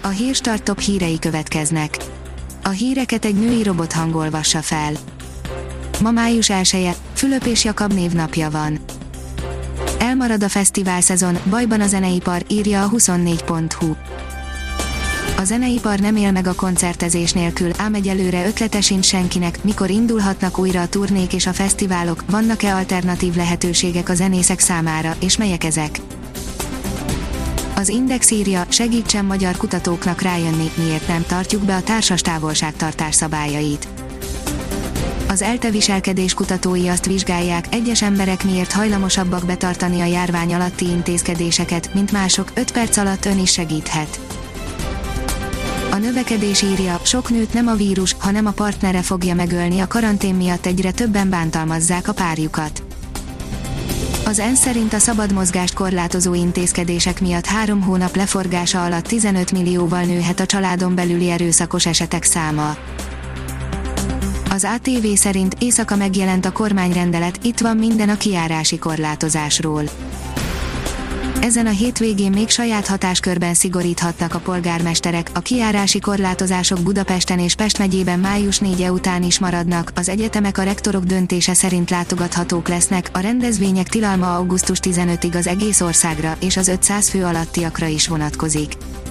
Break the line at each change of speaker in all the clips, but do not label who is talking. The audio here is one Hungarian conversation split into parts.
A Hírstart top hírei következnek. A híreket egy női robothang olvassa fel. Ma május 1-e, Fülöp és Jakab névnapja van. Elmarad a fesztivál szezon, bajban a zeneipar, írja a 24.hu. A zeneipar nem él meg a koncertezés nélkül, ám egyelőre ötlete sincs senkinek, mikor indulhatnak újra a turnék és a fesztiválok, vannak-e alternatív lehetőségek a zenészek számára, és melyek ezek? Az Index írja, segítsen magyar kutatóknak rájönni, miért nem tartjuk be a társas távolságtartás szabályait. Az ELTE viselkedés kutatói azt vizsgálják, egyes emberek miért hajlamosabbak betartani a járvány alatti intézkedéseket, mint mások, 5 perc alatt ön is segíthet. A növekedés írja, sok nőt nem a vírus, hanem a partnere fogja megölni, a karantén miatt egyre többen bántalmazzák a párjukat. Az ENSZ szerint a szabad mozgást korlátozó intézkedések miatt 3 hónap leforgása alatt 15 millióval nőhet a családon belüli erőszakos esetek száma. Az ATV szerint éjszaka megjelent a kormányrendelet, itt van minden a kijárási korlátozásról. Ezen a hétvégén még saját hatáskörben szigoríthatnak a polgármesterek, a kijárási korlátozások Budapesten és Pest megyében május 4-e után is maradnak, az egyetemek a rektorok döntése szerint látogathatók lesznek, a rendezvények tilalma augusztus 15-ig az egész országra, és az 500 fő alattiakra is vonatkozik.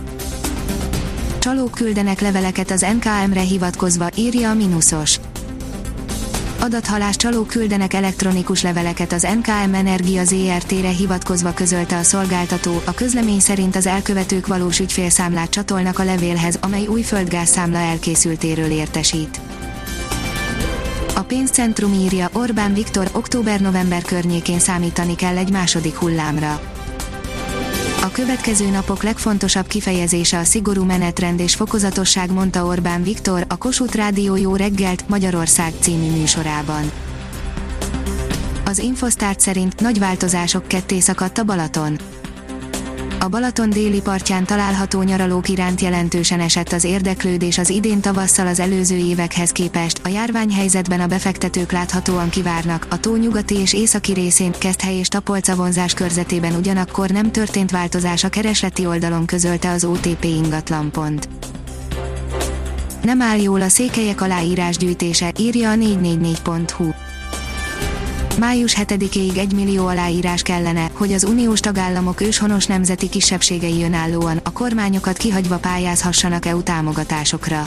Csalók küldenek leveleket az NKM-re hivatkozva, írja a Minusos. Adathalás csalók küldenek elektronikus leveleket az NKM Energia Zrt-re hivatkozva, közölte a szolgáltató, a közlemény szerint az elkövetők valós ügyfélszámlát csatolnak a levélhez, amely új földgázszámla elkészültéről értesít. A Pénzcentrum írja, Orbán Viktor, október-november környékén számítani kell egy második hullámra. A következő napok legfontosabb kifejezése a szigorú menetrend és fokozatosság, mondta Orbán Viktor, a Kossuth Rádió Jó reggelt, Magyarország című műsorában. Az Infosztárt szerint nagy változások, ketté szakadt a Balaton. A Balaton déli partján található nyaralók iránt jelentősen esett az érdeklődés az idén tavasszal az előző évekhez képest, a járványhelyzetben a befektetők láthatóan kivárnak, a tó nyugati és északi részén, Keszthely és Tapolca vonzás körzetében ugyanakkor nem történt változás a keresleti oldalon, közölte az OTP ingatlan.hu. Nem áll jól a székelyek aláírásgyűjtése, írja a 444.hu. Május 7-ig 1 millió aláírás kellene, hogy az uniós tagállamok őshonos nemzeti kisebbségei önállóan, a kormányokat kihagyva pályázhassanak EU támogatásokra.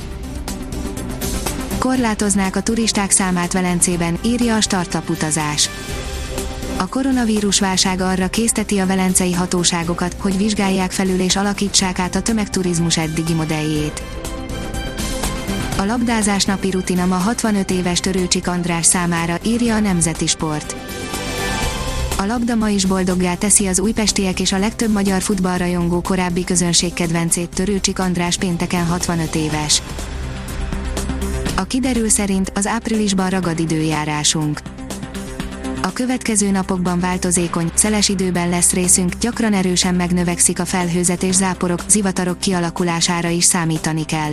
Korlátoznák a turisták számát Velencében, írja a Startup utazás. A koronavírus válság arra készteti a velencei hatóságokat, hogy vizsgálják felül és alakítsák át a tömegturizmus eddigi modelljét. A labdázás napi rutina ma 65 éves Törőcsik András számára, írja a Nemzeti Sport. A labda ma is boldoggá teszi az újpestiek és a legtöbb magyar futballrajongó korábbi közönségkedvencét, Törőcsik András pénteken 65 éves. A Kiderül szerint az áprilisban ragad időjárásunk. A következő napokban változékony, szeles időben lesz részünk, gyakran erősen megnövekszik a felhőzet és záporok, zivatarok kialakulására is számítani kell.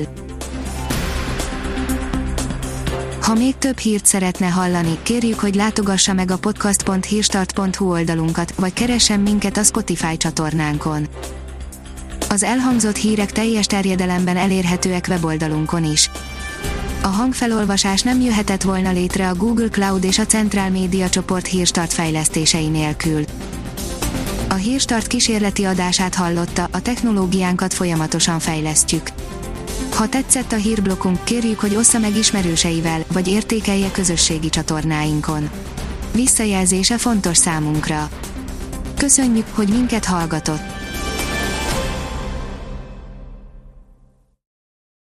Ha még több hírt szeretne hallani, kérjük, hogy látogassa meg a podcast.hírstart.hu oldalunkat, vagy keressen minket a Spotify csatornánkon. Az elhangzott hírek teljes terjedelemben elérhetőek weboldalunkon is. A hangfelolvasás nem jöhetett volna létre a Google Cloud és a Centrál Média csoport Hírstart fejlesztései nélkül. A Hírstart kísérleti adását hallotta, a technológiánkat folyamatosan fejlesztjük. Ha tetszett a hírblokkunk, kérjük, hogy ossza meg ismerőseivel, vagy értékelje közösségi csatornáinkon. Visszajelzése fontos számunkra. Köszönjük, hogy minket hallgatott!